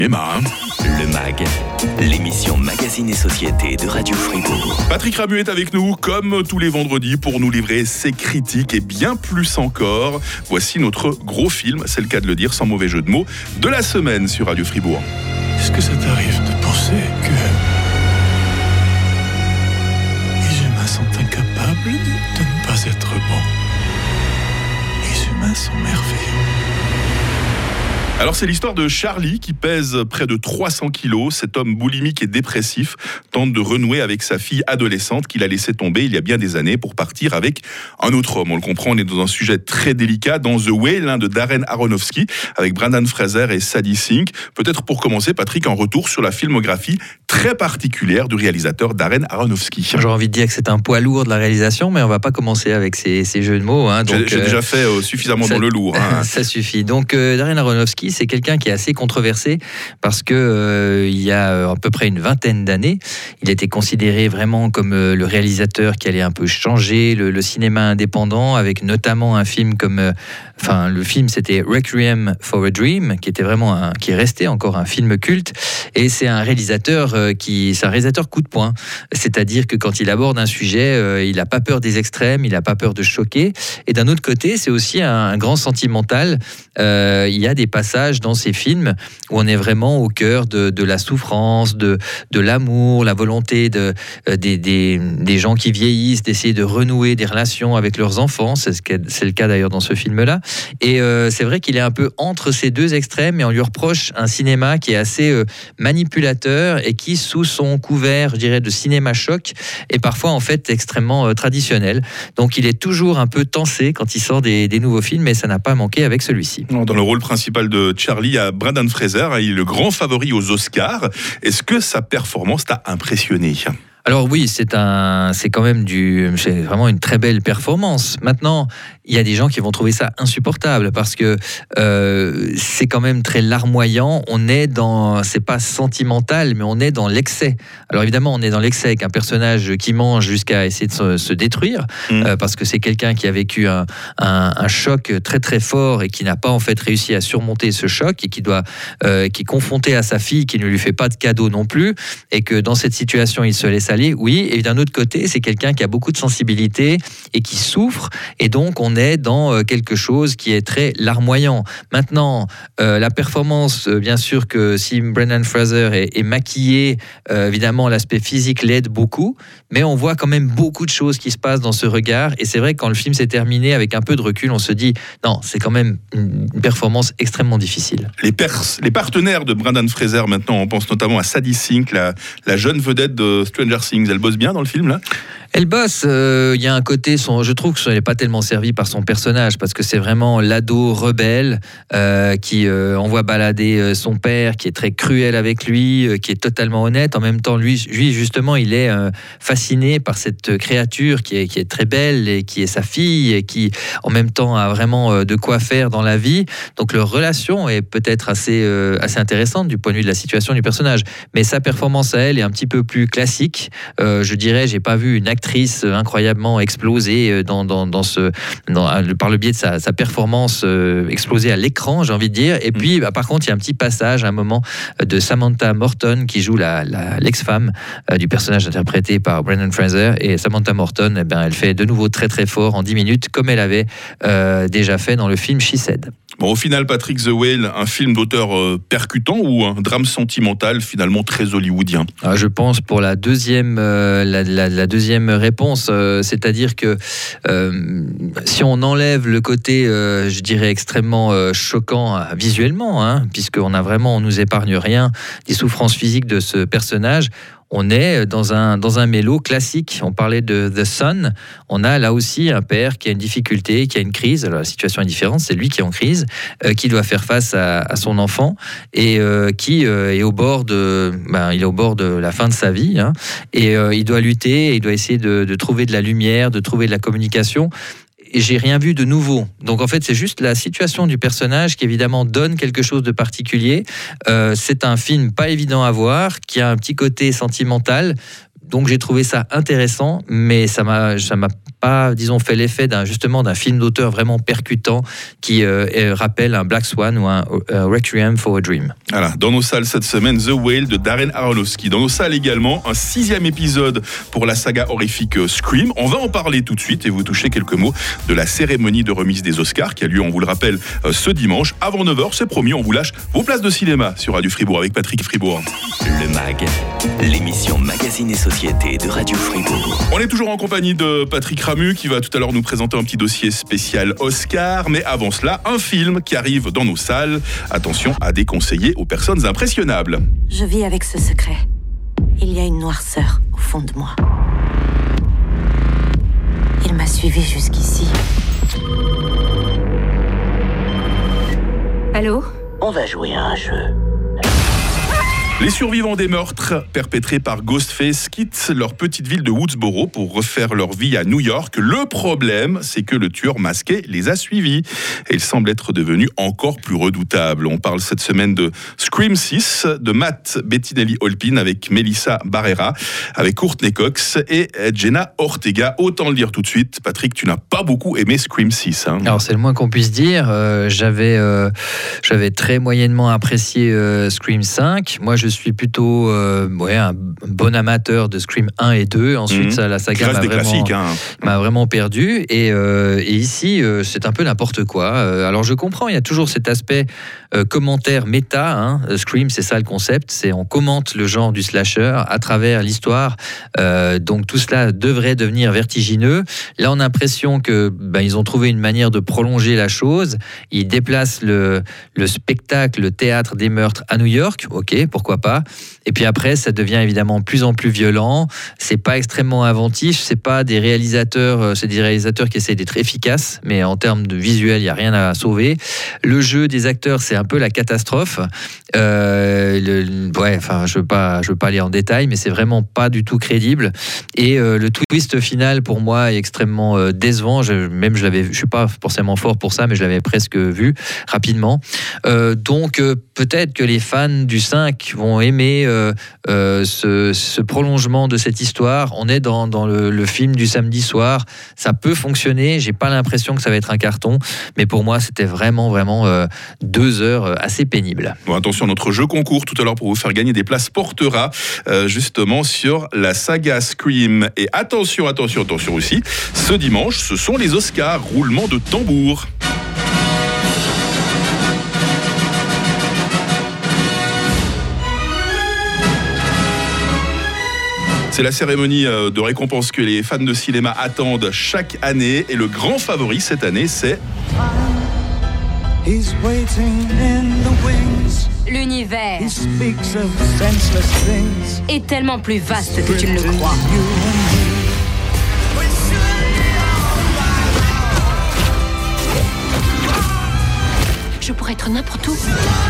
Emma, hein. Le MAG, l'émission Magazine et Société de Radio Fribourg. Patrick Ramu est avec nous, comme tous les vendredis, pour nous livrer ses critiques et bien plus encore. Voici notre gros film, c'est le cas de le dire, sans mauvais jeu de mots, de la semaine sur Radio Fribourg. Est-ce que ça t'arrive de penser que les humains sont incapables de ne pas être bons? Les humains sont merveilleux. Alors c'est l'histoire de Charlie qui pèse près de 300 kilos. Cet homme boulimique et dépressif tente de renouer avec sa fille adolescente qu'il a laissé tomber il y a bien des années pour partir avec un autre homme. On le comprend, on est dans un sujet très délicat, dans The Whale de Darren Aronofsky, avec Brendan Fraser et Sadie Sink. Peut-être pour commencer, Patrick, un retour sur la filmographie très particulière du réalisateur Darren Aronofsky. J'aurais envie de dire que c'est un poids lourd de la réalisation, mais on va pas commencer avec ces jeux de mots. Donc, j'ai déjà fait suffisamment dans le lourd. Ça suffit. Donc Darren Aronofsky, c'est quelqu'un qui est assez controversé parce que il y a à peu près une vingtaine d'années, il était considéré vraiment comme le réalisateur qui allait un peu changer le cinéma indépendant, avec notamment un film comme, le film c'était Requiem for a Dream, qui était vraiment qui est resté encore un film culte, et c'est un réalisateur coup de poing, c'est-à-dire que quand il aborde un sujet, il n'a pas peur des extrêmes, il n'a pas peur de choquer, et d'un autre côté, c'est aussi un grand sentimental. Il y a des passages dans ces films où on est vraiment au cœur de la souffrance, de l'amour, la volonté des gens qui vieillissent, d'essayer de renouer des relations avec leurs enfants. C'est le cas d'ailleurs dans ce film-là. Et c'est vrai qu'il est un peu entre ces deux extrêmes, et on lui reproche un cinéma qui est assez manipulateur et qui, sous son couvert, je dirais, de cinéma choc, est parfois en fait extrêmement traditionnel. Donc il est toujours un peu tensé quand il sort des nouveaux films, et ça n'a pas manqué avec celui-ci. Dans le rôle principal de Charlie, il y a Brendan Fraser, il est le grand favori aux Oscars. Est-ce que sa performance t'a impressionné ? Alors oui, c'est vraiment une très belle performance. Maintenant, il y a des gens qui vont trouver ça insupportable parce que c'est quand même très larmoyant. C'est pas sentimental, mais on est dans l'excès. Alors évidemment, on est dans l'excès avec un personnage qui mange jusqu'à essayer de se détruire, parce que c'est quelqu'un qui a vécu un choc très très fort et qui n'a pas en fait réussi à surmonter ce choc, et qui est confronté à sa fille qui ne lui fait pas de cadeau non plus, et que dans cette situation, il se laisse aller, oui, et d'un autre côté, c'est quelqu'un qui a beaucoup de sensibilité et qui souffre, et donc on est dans quelque chose qui est très larmoyant. Maintenant, la performance, bien sûr que si Brendan Fraser est maquillé, évidemment l'aspect physique l'aide beaucoup, mais on voit quand même beaucoup de choses qui se passent dans ce regard, et c'est vrai que quand le film s'est terminé, avec un peu de recul, on se dit, non, c'est quand même une performance extrêmement difficile. Les partenaires de Brendan Fraser, maintenant, on pense notamment à Sadie Sink, la jeune vedette de Stranger Things. Elle bosse bien dans le film, là ? Elle bosse, il y a un côté, je trouve qu'elle n'est pas tellement servie par son personnage, parce que c'est vraiment l'ado rebelle qui envoie balader son père, qui est très cruel avec lui, qui est totalement honnête. En même temps, lui justement, il est fasciné par cette créature qui est très belle et qui est sa fille, et qui en même temps a vraiment de quoi faire dans la vie. Donc leur relation est peut-être assez intéressante du point de vue de la situation du personnage. Mais sa performance à elle est un petit peu plus classique. Je dirais, j'ai pas vu une actrice incroyablement explosée par le biais de sa performance explosée à l'écran, j'ai envie de dire. Et puis, par contre, il y a un petit passage, un moment de Samantha Morton qui joue l'ex-femme du personnage interprété par Brendan Fraser. Et Samantha Morton, elle fait de nouveau très très fort en 10 minutes, comme elle avait déjà fait dans le film She Said. Bon, au final, Patrick, The Whale, un film d'auteur percutant ou un drame sentimental finalement très hollywoodien ? Je pense pour la deuxième réponse, c'est-à-dire que si on enlève le côté, je dirais, extrêmement choquant visuellement, puisqu'on nous épargne rien des souffrances physiques de ce personnage, on est dans un mélo classique. On parlait de The Son. On a là aussi un père qui a une difficulté, qui a une crise. Alors la situation est différente, c'est lui qui est en crise, qui doit faire face à son enfant, et qui est au bord de la fin de sa vie. Et il doit lutter, et il doit essayer de trouver de la lumière, de trouver de la communication. Et j'ai rien vu de nouveau. Donc en fait, c'est juste la situation du personnage qui évidemment donne quelque chose de particulier. C'est un film pas évident à voir, qui a un petit côté sentimental. Donc j'ai trouvé ça intéressant, mais ça m'a pas, disons, fait l'effet d'un film d'auteur vraiment percutant qui rappelle un Black Swan ou un Requiem for a Dream. Voilà, dans nos salles cette semaine, The Whale de Darren Aronofsky. Dans nos salles également, un 6e épisode pour la saga horrifique Scream. On va en parler tout de suite et vous toucher quelques mots de la cérémonie de remise des Oscars qui a lieu, on vous le rappelle, ce dimanche. Avant 9h, c'est promis, on vous lâche vos places de cinéma sur Radio Fribourg avec Patrick Fribourg. Le MAG, l'émission Magazine et Société de Radio Fribourg. On est toujours en compagnie de Patrick Ramu qui va tout à l'heure nous présenter un petit dossier spécial Oscar. Mais avant cela, un film qui arrive dans nos salles. Attention à déconseiller aux personnes impressionnables. Je vis avec ce secret. Il y a une noirceur au fond de moi. Il m'a suivi jusqu'ici. Allô ? On va jouer à un jeu. Les survivants des meurtres perpétrés par Ghostface quittent leur petite ville de Woodsboro pour refaire leur vie à New York. Le problème, c'est que le tueur masqué les a suivis et il semble être devenu encore plus redoutable. On parle cette semaine de Scream 6, de Matt Bettinelli-Holpin avec Melissa Barrera, avec Courtney Cox et Jenna Ortega. Autant le dire tout de suite, Patrick, tu n'as pas beaucoup aimé Scream 6. Hein. Alors c'est le moins qu'on puisse dire. J'avais très moyennement apprécié Scream 5. Moi je suis plutôt un bon amateur de Scream 1 et 2. Ensuite, la saga m'a vraiment perdu. Et ici, c'est un peu n'importe quoi. Alors, je comprends, il y a toujours cet aspect commentaire méta. Hein. Scream, c'est ça le concept. C'est on commente le genre du slasher à travers l'histoire. Donc, tout cela devrait devenir vertigineux. Là, on a l'impression que ils ont trouvé une manière de prolonger la chose. Ils déplacent le spectacle, le théâtre des meurtres à New York. Ok, pourquoi pas. Et puis après, ça devient évidemment plus en plus violent. C'est pas extrêmement inventif. C'est pas des réalisateurs. C'est des réalisateurs qui essaient d'être efficaces, mais en termes de visuel, il y a rien à sauver. Le jeu des acteurs, c'est un peu la catastrophe. Je veux pas aller en détail, mais c'est vraiment pas du tout crédible. Et le twist final, pour moi, est extrêmement décevant. Je suis pas forcément fort pour ça, mais je l'avais presque vu rapidement. Donc peut-être que les fans du 5 vont aimer ce prolongement de cette histoire. On est dans le film du samedi soir. Ça peut fonctionner. J'ai pas l'impression que ça va être un carton, mais pour moi, c'était vraiment 2 heures assez pénibles. Bon, attention, notre jeu concours tout à l'heure pour vous faire gagner des places portera justement sur la saga Scream. Et attention aussi, ce dimanche, ce sont les Oscars. Roulement de tambour. C'est la cérémonie de récompense que les fans de cinéma attendent chaque année. Et le grand favori cette année, c'est... L'univers est tellement plus vaste que tu ne le crois. Je pourrais être n'importe où.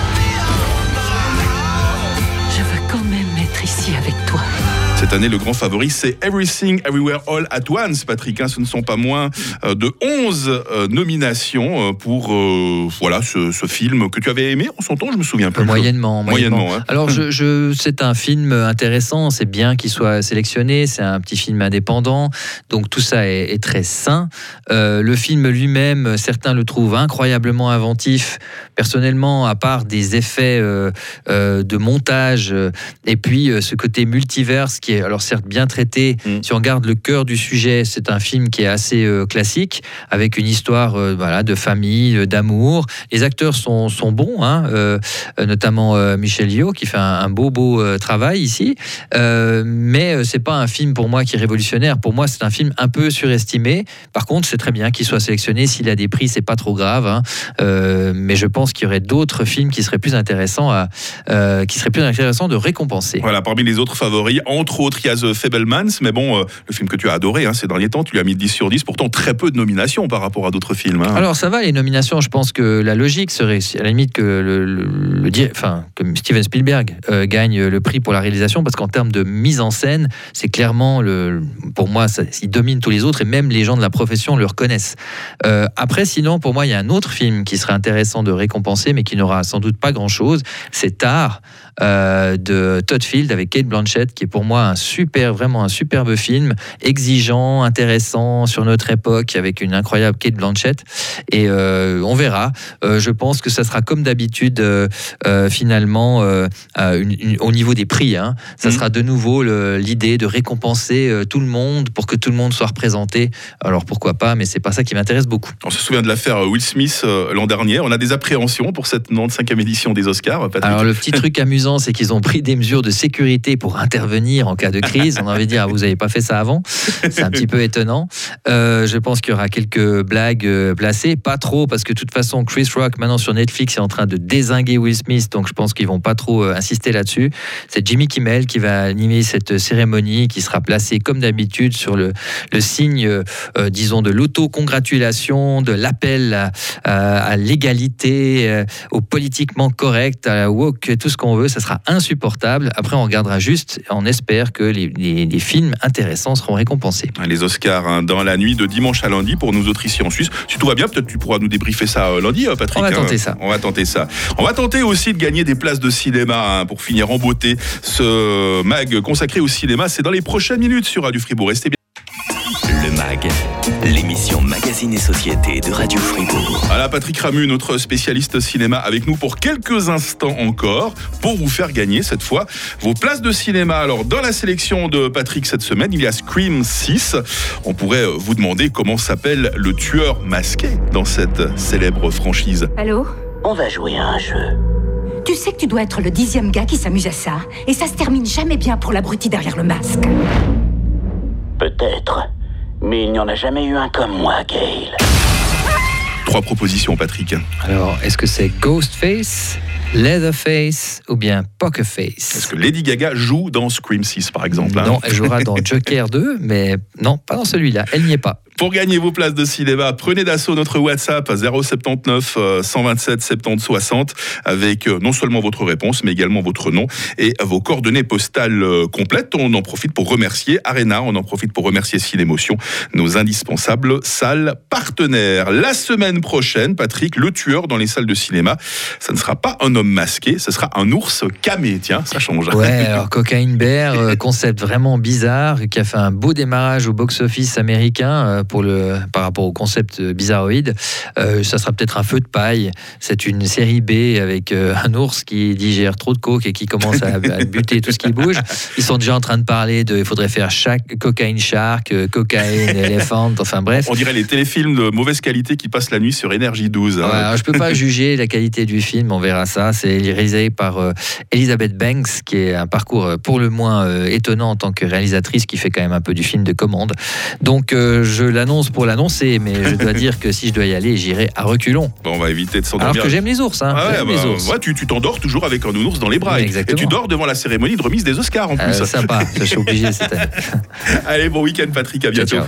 Je veux quand même être ici avec toi. Cette année, le grand favori, c'est Everything Everywhere All at Once, Patrick. Ce ne sont pas moins de 11 nominations pour ce film que tu avais aimé en son temps, je me souviens plus. Moyennement. Hein. Alors, c'est un film intéressant, c'est bien qu'il soit sélectionné, c'est un petit film indépendant, donc tout ça est très sain. Le film lui-même, certains le trouvent incroyablement inventif. Personnellement, à part des effets de montage, et puis ce côté multiverse qui est alors certes bien traité. Si on regarde le cœur du sujet, c'est un film qui est assez classique, avec une histoire de famille, d'amour. Les acteurs sont bons, notamment Michelle Yeoh qui fait un beau travail ici. Mais c'est pas un film pour moi qui est révolutionnaire. Pour moi, c'est un film un peu surestimé. Par contre, c'est très bien qu'il soit sélectionné. S'il a des prix, c'est pas trop grave. Mais je pense qu'il y aurait d'autres films qui seraient plus intéressants de récompenser. Voilà, parmi les autres favoris, entre autres, il y a The Fabelmans, mais bon, le film que tu as adoré ces derniers temps, tu lui as mis 10 sur 10, pourtant très peu de nominations par rapport à d'autres films. Alors ça va, les nominations, je pense que la logique serait, à la limite, que que Steven Spielberg gagne le prix pour la réalisation, parce qu'en termes de mise en scène, c'est clairement, pour moi, il domine tous les autres, et même les gens de la profession le reconnaissent. Après, sinon, pour moi, il y a un autre film qui serait intéressant de récompenser, mais qui n'aura sans doute pas grand-chose, c'est Tar, de Todd Field avec Cate Blanchett, qui est pour moi vraiment un superbe film, exigeant, intéressant sur notre époque, avec une incroyable Cate Blanchett. Et on verra. Je pense que ça sera comme d'habitude, finalement, au niveau des prix. Ça sera de nouveau l'idée de récompenser tout le monde pour que tout le monde soit représenté. Alors pourquoi pas, mais c'est pas ça qui m'intéresse beaucoup. On se souvient de l'affaire Will Smith l'an dernier. On a des appréhensions pour cette 95e édition des Oscars, Patrick. Alors le petit truc amusant, c'est qu'ils ont pris des mesures de sécurité pour intervenir en cas de crise. On a envie de dire, vous n'avez pas fait ça avant. C'est un petit peu étonnant. Je pense qu'il y aura quelques blagues placées, pas trop, parce que de toute façon, Chris Rock, maintenant sur Netflix, est en train de dézinguer Will Smith, donc je pense qu'ils vont pas trop insister là-dessus. C'est Jimmy Kimmel qui va animer cette cérémonie, qui sera placée comme d'habitude sur le signe, disons, de l'autocongratulation, de l'appel à l'égalité, au politiquement correct, à la woke, tout ce qu'on veut. Ça sera insupportable. Après, on regardera juste, on espère que les films intéressants seront récompensés. Les Oscars, dans la nuit de dimanche à lundi, pour nous autres ici en Suisse. Si tout va bien, peut-être tu pourras nous débriefer ça lundi, Patrick. On va tenter ça. On va tenter ça. On va tenter aussi de gagner des places de cinéma, pour finir en beauté. Ce mag consacré au cinéma, c'est dans les prochaines minutes sur Radio Fribourg. Restez bien. Le MAG, l'émission Magazine et Société de Radio Fribourg. Voilà, Patrick Ramu, notre spécialiste cinéma, avec nous pour quelques instants encore, pour vous faire gagner cette fois vos places de cinéma. Alors, dans la sélection de Patrick cette semaine, il y a Scream 6. On pourrait vous demander comment s'appelle le tueur masqué dans cette célèbre franchise. Allô? On va jouer à un jeu. Tu sais que tu dois être le 10e gars qui s'amuse à ça. Et ça se termine jamais bien pour l'abruti derrière le masque. Peut-être. Mais il n'y en a jamais eu un comme moi, Gail. 3 propositions, Patrick. Alors, est-ce que c'est Ghostface, Leatherface ou bien Pokerface? Est-ce que Lady Gaga joue dans Scream 6, par exemple? Non, elle jouera dans Joker 2, mais non, pas dans celui-là. Elle n'y est pas. Pour gagner vos places de cinéma, prenez d'assaut notre WhatsApp 079 127 70 60 avec non seulement votre réponse, mais également votre nom et vos coordonnées postales complètes. On en profite pour remercier Arena, on en profite pour remercier Cinémotion, nos indispensables salles partenaires. La semaine prochaine, Patrick, le tueur dans les salles de cinéma, ça ne sera pas un homme masqué, ce sera un ours camé. Tiens, ça change. Ouais, alors Cocaine Bear, concept vraiment bizarre, qui a fait un beau démarrage au box-office américain par rapport au concept bizarroïde. Ça sera peut-être un feu de paille. C'est une série B avec un ours qui digère trop de coke et qui commence à buter tout ce qui bouge. Ils sont déjà en train de parler il faudrait faire cocaine shark, cocaine elephant, enfin bref. On dirait les téléfilms de mauvaise qualité qui passent la nuit sur Énergie 12. Ouais, alors je peux pas juger la qualité du film, on verra ça. C'est réalisé par Elizabeth Banks, qui est un parcours pour le moins étonnant en tant que réalisatrice, qui fait quand même un peu du film de commande. Donc je l'annonce pour l'annoncer, mais je dois dire que si je dois y aller, j'irai à reculons. Bon, on va éviter de s'endormir. Alors que j'aime les ours. Les ours. Ouais, tu t'endors toujours avec un nounours dans les bras. Exactement. Et tu dors devant la cérémonie de remise des Oscars en plus. Sympa, je suis obligé cette année. Allez, bon week-end Patrick, à bientôt. Ciao.